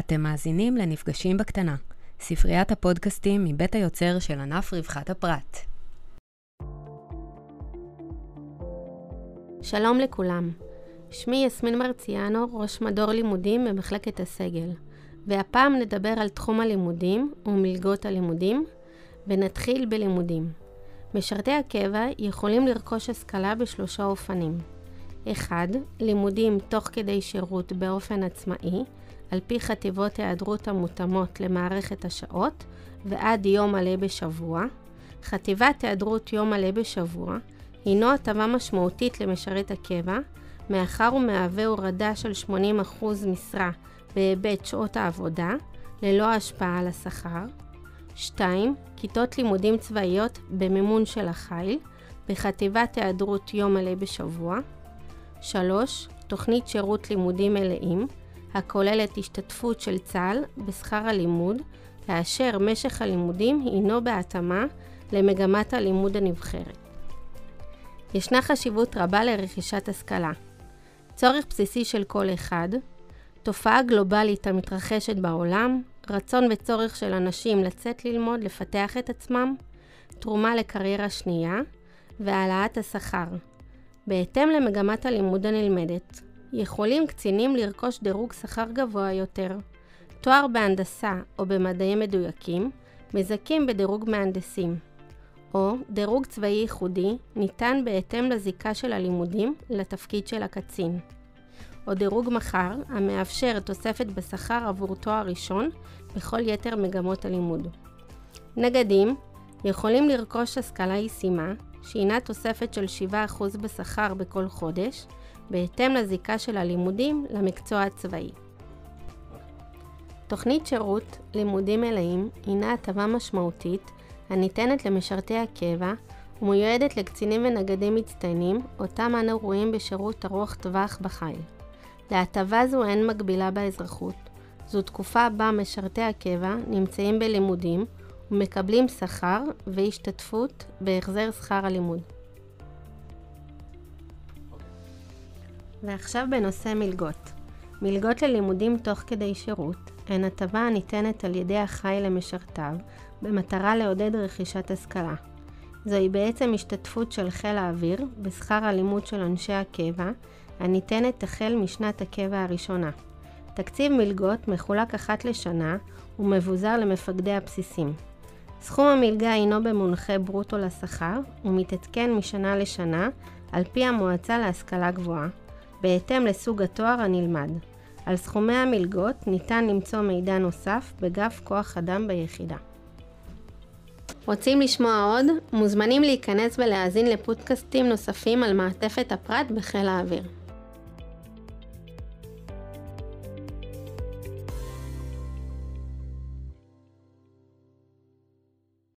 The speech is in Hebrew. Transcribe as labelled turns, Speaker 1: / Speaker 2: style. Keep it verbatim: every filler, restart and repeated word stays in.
Speaker 1: אתם מאזינים לנפגשים בקטנה, ספריית הפודקאסטים מבית היוצר של ענף רווחת הפרט.
Speaker 2: שלום לכולם, שמי יסמין מרציאנו, ראש מדור לימודים במחלקת הסגל, והפעם נדבר על תחום הלימודים ומלגות הלימודים, ונתחיל בלימודים. משרתי הקבע יכולים לרכוש השכלה בשלושה אופנים. אחד, לימודים תוך כדי שירות באופן עצמאי, על פי חטיבות היעדרות המותאמות למערכת השעות, ועד יום מלא בשבוע. חטיבת היעדרות יום מלא בשבוע הינו הטבה משמעותית למשרת הקבע, מאחר ומהווה הורדה של שמונים אחוז משרה בהיבט שעות העבודה, ללא השפעה על השכר. שתיים, כיתות לימודים צבאיות במימון של החיל, בחטיבת היעדרות יום מלא בשבוע. שלוש, תוכנית שירות לימודים מלאים, הכוללת השתתפות של צה"ל בשכר הלימוד, כאשר משך הלימודים הינו בהתאמה למגמת הלימוד הנבחרת. ישנה חשיבות רבה לרכישת השכלה. צורך בסיסי של כל אחד, תופעה גלובלית המתרחשת בעולם, רצון וצורך של אנשים לצאת ללמוד, לפתח את עצמם, תרומה לקריירה שנייה, והעלאת השכר. בהתאם למגמת הלימוד הנלמדת, יכולים קצינים לרכוש דירוג שכר גבוה יותר. תואר בהנדסה או במדעים מדויקים, מזכים בדירוג מהנדסים. או דירוג צבאי ייחודי ניתן בהתאם לזיקה של הלימודים לתפקיד של הקצין. או דירוג מחר המאפשר תוספת בשכר עבור תואר ראשון בכל יתר מגמות הלימוד. נגדים יכולים לרכוש השכלה ישימה, שהינה תוספת של שבעה אחוז בשכר בכל חודש, בהתאם לזיקה של הלימודים למקצוע הצבאי. תוכנית שירות לימודים מלאים הינה הטבה משמעותית הניתנת למשרתי הקבע ומיועדת לקצינים ונגדים מצטיינים, אותם אנו רואים בשירות ארוך טווח בחיל. להטבה זו אין מקבילה באזרחות. זו תקופה בה משרתי הקבע נמצאים בלימודים ומקבלים שכר והשתתפות בהחזר שכר הלימוד. ועכשיו בנושא מלגות. מלגות ללימודים תוך כדי שירות הן הטבה הניתנת על ידי החיל למשרתיו במטרה לעודד רכישת השכלה. זוהי בעצם השתתפות של חיל האוויר בשכר הלימוד של אנשי הקבע, הניתנת החל משנת הקבע הראשונה. תקציב מלגות מחולק אחת לשנה ומבוזר למפקדי הבסיסים. סכום המלגה הינו במונחי ברוטו לשכר ומתעדכן משנה לשנה על פי המועצה להשכלה גבוהה, בהתאם לסוג התואר הנלמד. על סכומי המלגות ניתן למצוא מידע נוסף בגף כוח אדם ביחידה. רוצים לשמוע עוד? מוזמנים להיכנס ולהאזין לפודקאסטים נוספים על מעטפת הפרט בחיל האוויר.